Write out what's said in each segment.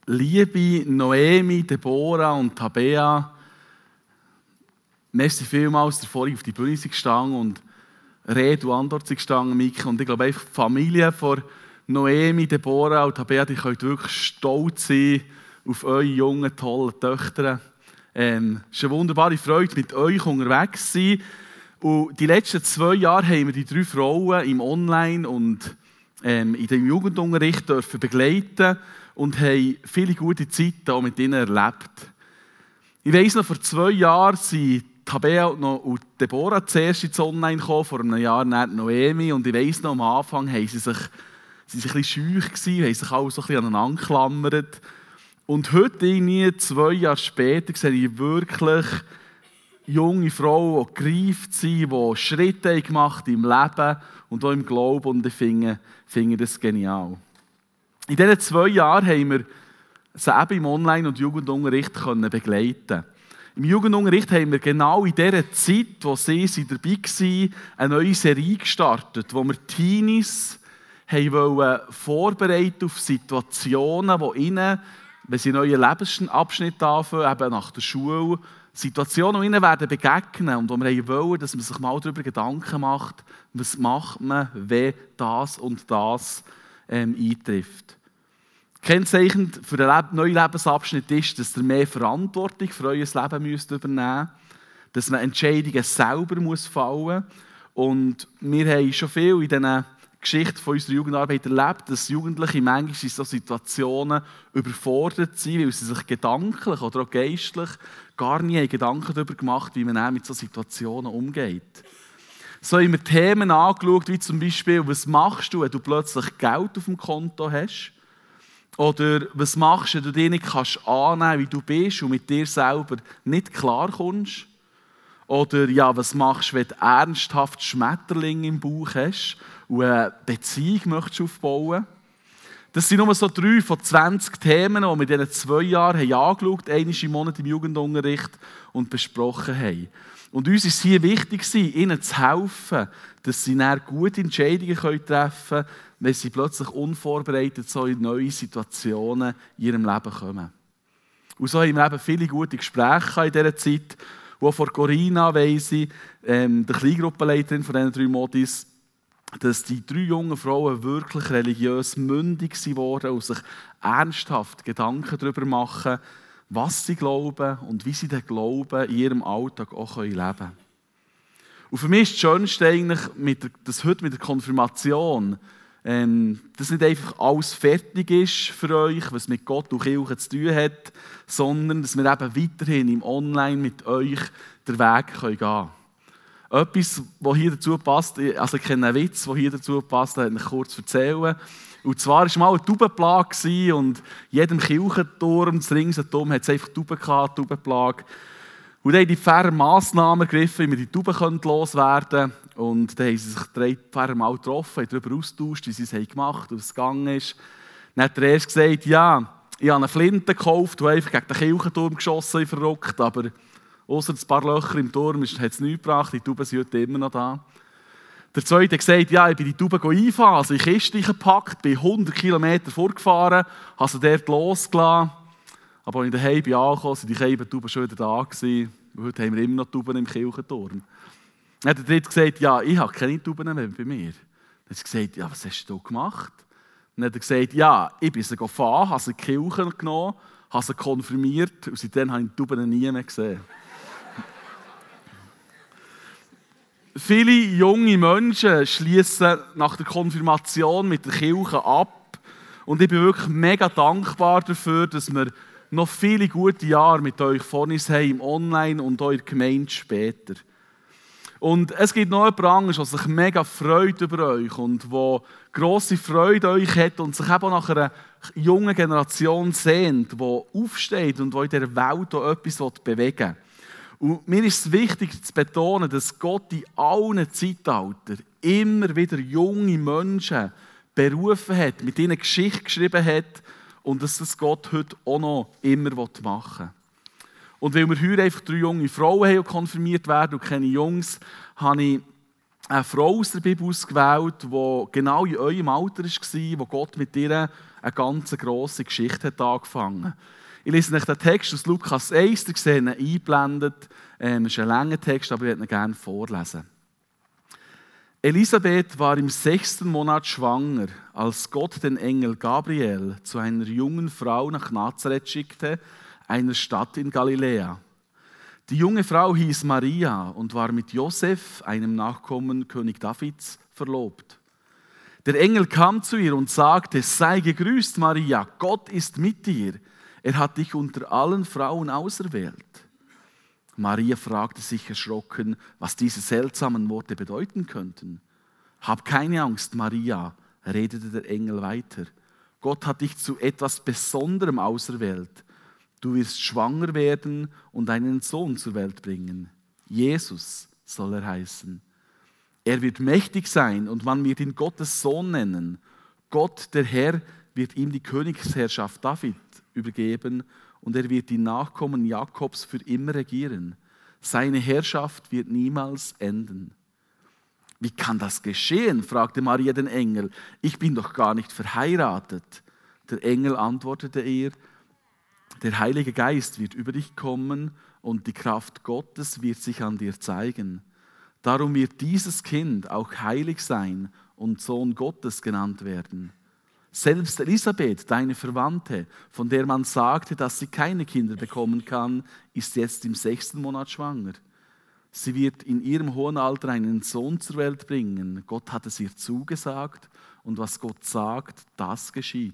Liebe Noemi, Deborah und Tabea, merci vielmals, dass ihr vorhin auf die Bühne gestanden und Rede und Antwort gestanden, Mike. Und ich glaube, einfach die Familie von Noemi, Deborah und Tabea, die könnt wirklich stolz sein auf eure jungen, tollen Töchter. Es ist eine wunderbare Freude, mit euch unterwegs zu sein. Und die letzten 2 Jahre haben wir die 3 Frauen im Online- und in dem Jugendunterricht dürfen begleiten und haben viele gute Zeiten auch mit ihnen erlebt. Ich weiss noch, vor 2 Jahren sind Tabea und Deborah zuerst ins Online gekommen, vor einem Jahr nach Noemi. Und ich weiss noch, am Anfang waren sie ein bisschen scheu gewesen, haben sich alle so ein bisschen aneinander geklammert. Und heute, 2 Jahre später, sehe ich wirklich junge Frauen, die gereift sind, die Schritte gemacht haben im Leben und auch im Glauben. Und ich finde das genial. In diesen 2 Jahren haben wir sie eben im Online- und Jugendunterricht begleiten. Im Jugendunterricht haben wir genau in dieser Zeit, wo sie dabei waren, eine neue Serie gestartet, wo wir Teenies vorbereiten auf Situationen, die ihnen, wenn sie einen neuen Lebensabschnitt anfangen, eben nach der Schule, Situationen, die ihnen begegnen werden und wo wir wollen, dass man sich mal darüber Gedanken macht, was macht man, wenn das und das eintrifft. Kennzeichnend für den neuen Lebensabschnitt ist, dass ihr mehr Verantwortung für euer Leben übernehmen müsst, dass man Entscheidungen selber fallen muss. Und wir haben schon viel in diesen Geschichten von unserer Jugendarbeit erlebt, dass Jugendliche manchmal in solchen Situationen überfordert sind, weil sie sich gedanklich oder auch geistlich gar nie Gedanken darüber gemacht haben, wie man mit solchen Situationen umgeht. So haben wir Themen angeschaut, wie zum Beispiel, was machst du, wenn du plötzlich Geld auf dem Konto hast? Oder was machst du, wenn du dich nicht annehmen kannst, wie du bist und mit dir selber nicht klarkommst? Oder ja, was machst du, wenn du ernsthaft Schmetterlinge im Bauch hast und eine Beziehung möchtest aufbauen? Das sind nur so 3 von 20 Themen, die wir in diesen 2 Jahren angeschaut haben, einmal im Monat im Jugendunterricht und besprochen haben. Und uns war es hier wichtig, ihnen zu helfen, dass sie dann gute Entscheidungen treffen können, wenn sie plötzlich unvorbereitet so in neue Situationen in ihrem Leben kommen. Und so haben wir eben viele gute Gespräche in dieser Zeit. Und auch vor Corinna weiss ich, der Kleingruppenleiterin von diesen 3 Modis, dass die 3 jungen Frauen wirklich religiös mündig wurden und sich ernsthaft Gedanken darüber machen, was sie glauben und wie sie den Glauben in ihrem Alltag auch leben können. Und für mich ist das Schönste eigentlich, dass heute mit der Konfirmation dass nicht einfach alles fertig ist für euch, was mit Gott und Kirche zu tun hat, sondern dass wir eben weiterhin im Online mit euch den Weg gehen können. Etwas, was hier dazu passt, also ich kenne einen Witz, der hier dazu passt, den ich kurz erzählen. Und zwar war mal eine Taubenplage und jedem Kirchenturm, das Ringsherum, hat es einfach Tauben gehabt, Taubenplage. Und dann haben die Pfarrer Massnahmen ergriffen, wie wir die Tauben loswerden können. Und dann haben sie sich 3 Pfarrer mal getroffen, haben darüber austauscht, wie sie es gemacht haben, wie es gegangen ist. Dann hat der erste gesagt, ja, ich habe eine Flinte gekauft, die einfach gegen den Kirchenturm geschossen hat, verrückt, aber ausser ein paar Löcher im Turm hat es nichts gebracht, die Tauben sind heute immer noch da. Der zweite hat gesagt, ja, ich bin die Tauben einfahren, also in Kiste gepackt, bin 100 Kilometer vorgefahren, habe sie dort losgelassen. Aber als ich daheim angekommen bin, waren die Tauben schon wieder da gewesen. Und heute haben wir immer noch Tauben im Kirchenturm. Dann hat der dritte gesagt, ja, ich habe keine Tauben mehr bei mir. Dann hat sie gesagt, ja, was hast du gemacht? Dann hat er gesagt, ja, ich bin sie gefahren, habe sie in die Kirche genommen, habe sie konfirmiert und seitdem habe ich die Tauben nie mehr gesehen. Viele junge Menschen schließen nach der Konfirmation mit der Kirche ab. Und ich bin wirklich mega dankbar dafür, dass wir noch viele gute Jahre mit euch vor uns haben, im Online und eurer Gemeinde später. Und es gibt noch jemand anderes, der sich mega freut über euch und der grosse Freude an euch hat und sich eben auch nach einer jungen Generation sehnt, die aufsteht und die in dieser Welt auch etwas bewegen will. Und mir ist es wichtig zu betonen, dass Gott in allen Zeitaltern immer wieder junge Menschen berufen hat, mit ihnen Geschichte geschrieben hat und dass das Gott heute auch noch immer machen will. Und weil wir heute einfach 3 junge Frauen haben, die konfirmiert werden und keine Jungs, habe ich eine Frau aus der Bibel ausgewählt, die genau in eurem Alter war, wo Gott mit ihr eine ganz grosse Geschichte hat angefangen. Ich lese euch den Text aus Lukas 1, ihr seht ihn eingeblendet. Es ist ein langer Text, aber ich würde ihn gerne vorlesen. Elisabeth war im 6. Monat schwanger, als Gott den Engel Gabriel zu einer jungen Frau nach Nazareth schickte, einer Stadt in Galiläa. Die junge Frau hieß Maria und war mit Josef, einem Nachkommen König Davids, verlobt. Der Engel kam zu ihr und sagte: Sei gegrüßt, Maria, Gott ist mit dir. Er hat dich unter allen Frauen auserwählt. Maria fragte sich erschrocken, was diese seltsamen Worte bedeuten könnten. Hab keine Angst, Maria, redete der Engel weiter. Gott hat dich zu etwas Besonderem auserwählt. Du wirst schwanger werden und einen Sohn zur Welt bringen. Jesus soll er heißen. Er wird mächtig sein und man wird ihn Gottes Sohn nennen. Gott, der Herr, wird ihm die Königsherrschaft David übergeben und er wird die Nachkommen Jakobs für immer regieren. Seine Herrschaft wird niemals enden. Wie kann das geschehen? Fragte Maria den Engel. Ich bin doch gar nicht verheiratet. Der Engel antwortete ihr: Der Heilige Geist wird über dich kommen und die Kraft Gottes wird sich an dir zeigen. Darum wird dieses Kind auch heilig sein und Sohn Gottes genannt werden. Selbst Elisabeth, deine Verwandte, von der man sagte, dass sie keine Kinder bekommen kann, ist jetzt im 6. Monat schwanger. Sie wird in ihrem hohen Alter einen Sohn zur Welt bringen. Gott hat es ihr zugesagt und was Gott sagt, das geschieht.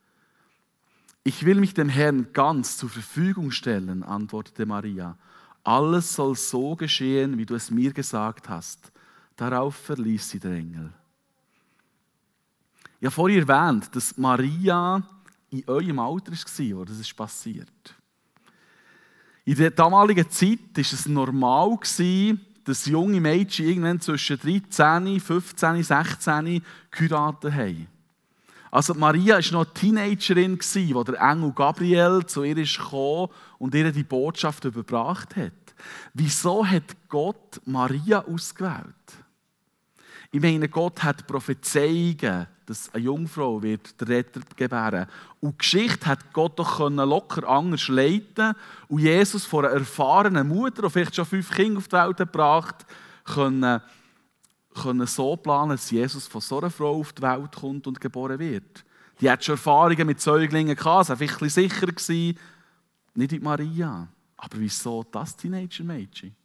Ich will mich dem Herrn ganz zur Verfügung stellen, antwortete Maria. Alles soll so geschehen, wie du es mir gesagt hast. Darauf verließ sie der Engel. Ich habe vorhin erwähnt, dass Maria in eurem Alter war, wo das ist passiert. In der damaligen Zeit war es normal, dass junge Mädchen irgendwann zwischen 13, 15, 16 geheiratet haben. Also Maria war noch eine Teenagerin, wo der Engel Gabriel zu ihr kam und ihr die Botschaft überbracht hat. Wieso hat Gott Maria ausgewählt? Ich meine, Gott hat Prophezeiungen, dass eine Jungfrau wird den Retter gebären. Und die Geschichte hat Gott doch locker anders leiten und Jesus von einer erfahrenen Mutter, die vielleicht schon 5 Kinder auf die Welt gebracht hat, können so planen, dass Jesus von so einer Frau auf die Welt kommt und geboren wird. Die hat schon Erfahrungen mit Säuglingen gehabt, sie war ein bisschen sicher gewesen. Nicht wie Maria. Aber wieso das Teenager-Mädchen?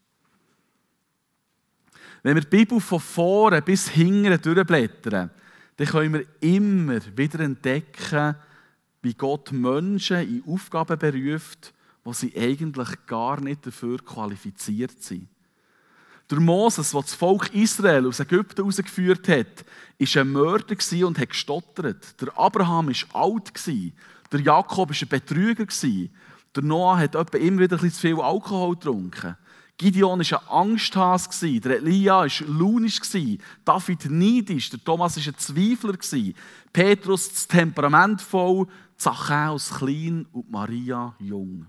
Wenn wir die Bibel von vorne bis hinten durchblättern, dann können wir immer wieder entdecken, wie Gott Menschen in Aufgaben beruft, wo sie eigentlich gar nicht dafür qualifiziert sind. Der Moses, der das Volk Israel aus Ägypten herausgeführt hat, war ein Mörder und hat gestottert. Der Abraham war alt, der Jakob war ein Betrüger, der Noah hat immer wieder ein bisschen zu viel Alkohol getrunken. Gideon war ein Angsthase, der Elia war launisch, David neidisch, der Thomas war ein Zweifler, Petrus das temperamentvoll, Zachäus klein und Maria jung.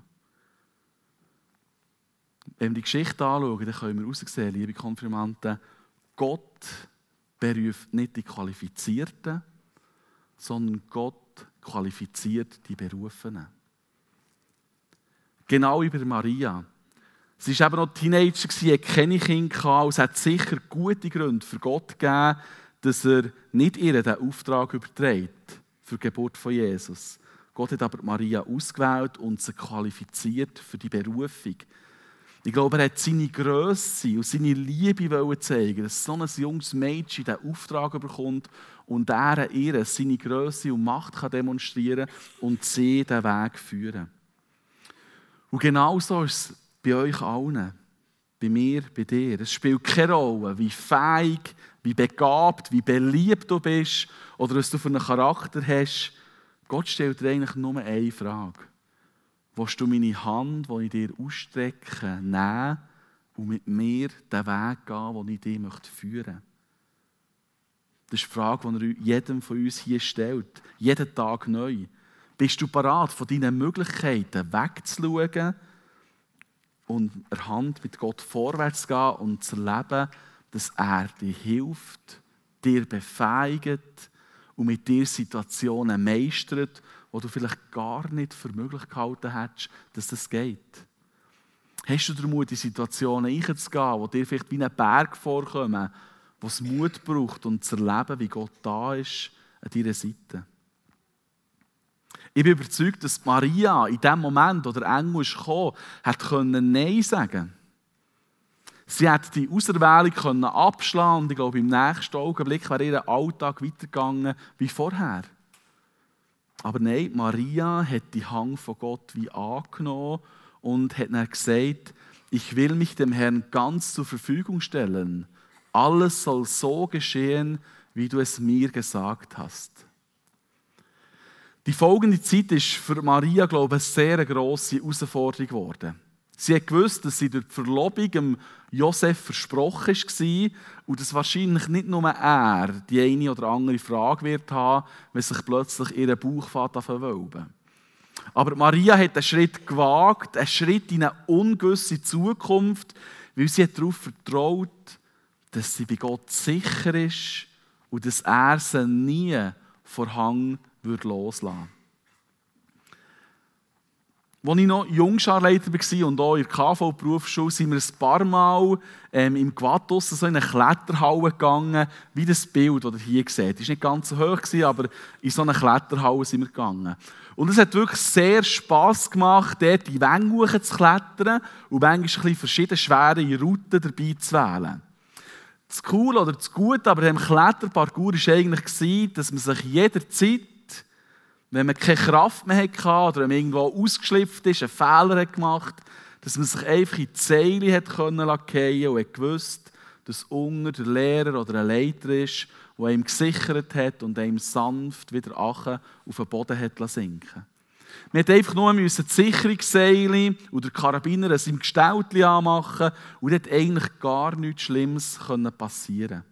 Wenn wir die Geschichte anschauen, dann können wir heraussehen, liebe Konfirmanten, Gott beruft nicht die Qualifizierten, sondern Gott qualifiziert die Berufenen. Genau wie bei Maria. Sie war eben noch Teenager, hatte keine Kinder und es hat sicher gute Gründe für Gott gegeben, dass er nicht ihr den Auftrag überträgt für die Geburt von Jesus. Gott hat aber Maria ausgewählt und sie qualifiziert für die Berufung. Ich glaube, er hat seine Grösse und seine Liebe zeigen, dass so ein junges Mädchen diesen Auftrag bekommt und er ihr seine Grösse und Macht demonstrieren kann und sie den Weg führen. Und genau so ist es bei euch allen, bei mir, bei dir. Es spielt keine Rolle, wie fähig, wie begabt, wie beliebt du bist oder was du für einen Charakter hast. Gott stellt dir eigentlich nur eine Frage. Willst du meine Hand, die ich dir ausstrecke, nehmen und mit mir den Weg gehen, den ich dir führen möchte? Das ist die Frage, die er jedem von uns hier stellt. Jeden Tag neu. Bist du bereit, von deinen Möglichkeiten wegzuschauen und eine Hand mit Gott vorwärts zu gehen und zu erleben, dass er dir hilft, dir befähigt und mit dir Situationen meistert, wo du vielleicht gar nicht für möglich gehalten hättest, dass das geht. Hast du den Mut, in Situationen einzugehen, die dir vielleicht wie ein Berg vorkommen, wo es Mut braucht, um zu erleben, wie Gott da ist an deiner Seite? Ich bin überzeugt, dass Maria in dem Moment, wo der Engel kam, hat Nein sagen können. Sie hat die Auserwählung abschlagen und ich glaube, im nächsten Augenblick wäre ihr Alltag weitergegangen wie vorher. Aber nein, Maria hat die Hang von Gott wie angenommen und hat dann gesagt, ich will mich dem Herrn ganz zur Verfügung stellen. Alles soll so geschehen, wie du es mir gesagt hast. Die folgende Zeit ist für Maria, glaube ich, eine sehr grosse Herausforderung geworden. Sie hat gewusst, dass sie durch die Verlobung dem Josef versprochen war und dass wahrscheinlich nicht nur er die eine oder andere Frage wird haben, wenn sich plötzlich ihr Bauch verwölben. Aber Maria hat einen Schritt gewagt, einen Schritt in eine ungewisse Zukunft, weil sie darauf vertraut, dass sie bei Gott sicher ist und dass er sie nie vor Hang loslassen würde. Als ich noch Jungscharleiter war und auch in der KV-Berufsschule, sind wir ein paar Mal im Gwatt so in eine Kletterhalle gegangen, wie das Bild, das ihr hier seht. Es war nicht ganz so hoch, aber in so eine Kletterhalle sind wir gegangen. Und es hat wirklich sehr Spass gemacht, dort die Wände hoch zu klettern und manchmal verschiedene schwere Routen dabei zu wählen. Das Coole oder das Gute aber am Kletterparcours war eigentlich, dass man sich jederzeit, wenn man keine Kraft mehr hatte oder wenn man irgendwo ausgeschlüpft ist, einen Fehler gemacht hat, dass man sich einfach in die Seile fallen lassen und gewusst, dass unten der Lehrer oder ein Leiter ist, der ihm gesichert hat und ihm sanft wieder auf den Boden hat sinken. Man musste einfach nur die Sicherungsseile und der Karabiner an seinem Gestelltchen anmachen und dort eigentlich gar nichts Schlimmes passieren.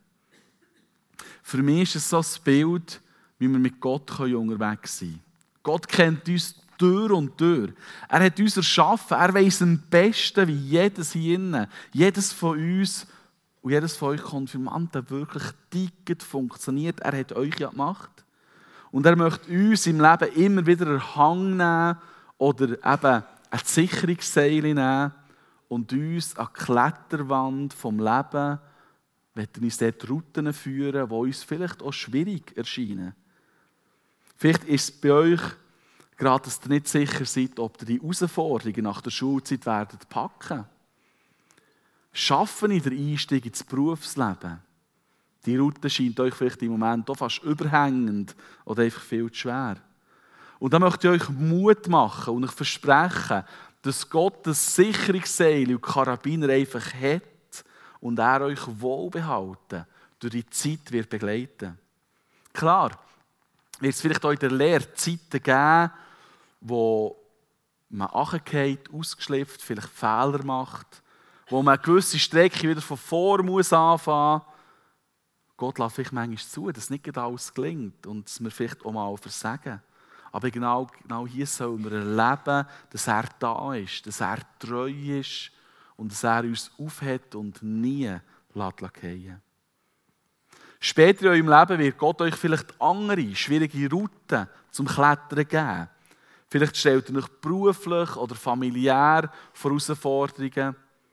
Für mich ist es so ein Bild, wie wir mit Gott unterwegs sein können. Gott kennt uns Tür und Tür. Er hat uns erschaffen. Er weiss am besten, wie jedes hier innen, jedes von uns und jedes von euch Konfirmanten wirklich tickt, funktioniert. Er hat euch ja gemacht. Und er möchte uns im Leben immer wieder einen Hang nehmen oder eben eine Sicherungsseile nehmen und uns an die Kletterwand vom Leben, wenn uns dort Routen führen, die uns vielleicht auch schwierig erscheinen. Vielleicht ist es bei euch gerade, dass ihr nicht sicher seid, ob ihr die Herausforderungen nach der Schulzeit werdet packen. Schaffen in der Einstieg ins Berufsleben. Die Route scheint euch vielleicht im Moment auch fast überhängend oder einfach viel zu schwer. Und da möchte ich euch Mut machen und euch versprechen, dass Gott das Sicherungsseil und Karabiner einfach hat und er euch wohlbehalten durch die Zeit wird begleiten. Klar, wird es vielleicht auch in der Lehre Zeiten geben, wo man runterfällt, ausgeschlifft, vielleicht Fehler macht, wo man eine gewisse Strecke wieder von vor muss anfangen. Gott lässt vielleicht manchmal zu, dass nicht alles gelingt und dass wir vielleicht auch mal versagen. Aber genau hier sollen wir erleben, dass er da ist, dass er treu ist und dass er uns aufhält und nie fallen. Später in eurem Leben wird Gott euch vielleicht andere, schwierige Routen zum Klettern geben. Vielleicht stellt er euch beruflich oder familiär vor Herausforderungen.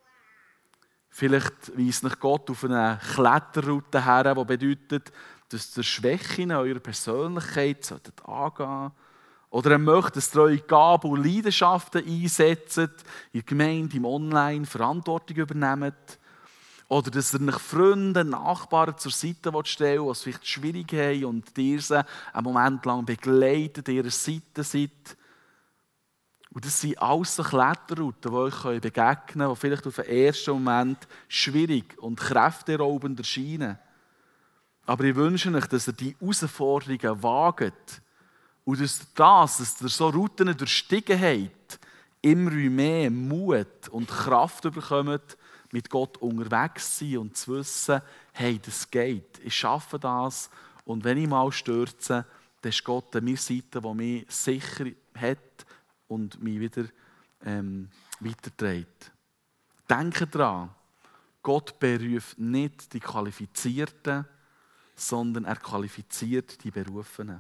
Vielleicht weist euch Gott auf eine Kletterroute her, die bedeutet, dass ihr Schwächen eurer Persönlichkeit angehen solltet. Oder er möchte, dass ihr eure Gaben und Leidenschaften einsetzt, in der Gemeinde, im Online Verantwortung übernehmt. Oder dass ihr euch Freunde, Nachbarn zur Seite stellen, die es vielleicht schwierig haben und ihr sie einen Moment lang begleitet, an ihrer Seite seid. Und das sind alles so Kletterrouten, die euch begegnen können, die vielleicht auf den ersten Moment schwierig und kräfteraubend erscheinen. Aber ich wünsche euch, dass ihr die Herausforderungen wagt und dass ihr so Routen durchstiegen habt, immer mehr Mut und Kraft bekommt, mit Gott unterwegs zu sein und zu wissen, hey, das geht, ich schaffe das und wenn ich mal stürze, dann ist Gott an meiner Seite, die mich sicher hat und mich wieder weiterträgt. Denkt daran, Gott beruft nicht die Qualifizierten, sondern er qualifiziert die Berufenen.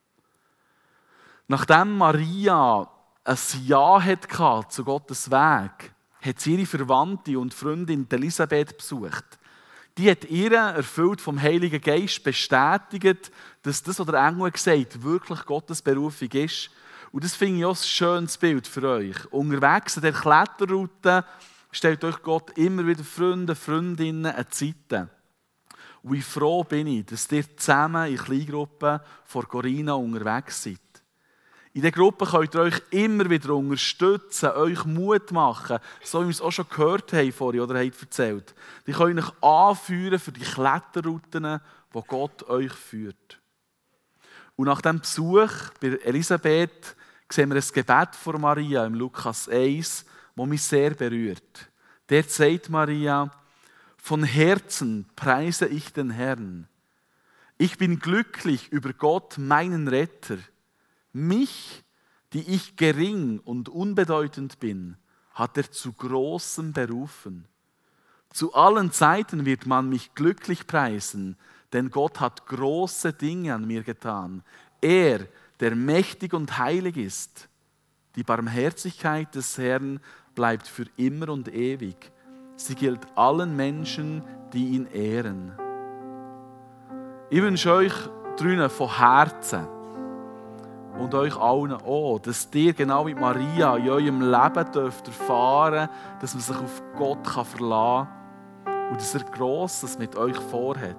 Nachdem Maria ein Ja hatte zu Gottes Weg, hat sie ihre Verwandte und Freundin Elisabeth besucht. Die hat ihr, erfüllt vom Heiligen Geist, bestätigt, dass das, was der Engel gesagt hat, wirklich Gottes Berufung ist. Und das finde ich auch ein schönes Bild für euch. Unterwegs an der Kletterroute stellt euch Gott immer wieder Freunde, Freundinnen an die Seite. Und wie froh bin ich, dass ihr zusammen in Kleingruppen vor Corinna unterwegs seid. In dieser Gruppe könnt ihr euch immer wieder unterstützen, euch Mut machen, so wie wir es auch schon gehört haben vorhin oder habt erzählt. Die können euch anführen für die Kletterrouten, die Gott euch führt. Und nach diesem Besuch bei Elisabeth sehen wir ein Gebet von Maria im Lukas 1, das mich sehr berührt. Dort sagt Maria: Von Herzen preise ich den Herrn. Ich bin glücklich über Gott, meinen Retter. Mich, die ich gering und unbedeutend bin, hat er zu Großem berufen. Zu allen Zeiten wird man mich glücklich preisen, denn Gott hat große Dinge an mir getan. Er, der mächtig und heilig ist. Die Barmherzigkeit des Herrn bleibt für immer und ewig. Sie gilt allen Menschen, die ihn ehren. Ich wünsche euch drinnen von Herzen und euch allen auch, dass ihr genau wie Maria in eurem Leben dürft erfahren, dass man sich auf Gott verlassen kann und dass er Grosses mit euch vorhat.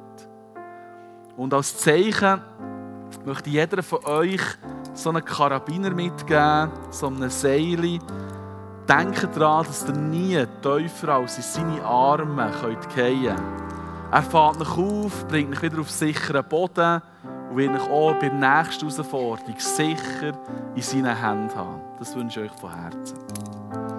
Und als Zeichen möchte jeder von euch so einen Karabiner mitgeben, so einen Seil. Denkt daran, dass ihr nie tiefer als in seine Arme fallen könnt. Er fährt euch auf, bringt euch wieder auf sicheren Boden und wird euch auch bei der nächsten Herausforderung sicher in seinen Händen haben. Das wünsche ich euch von Herzen.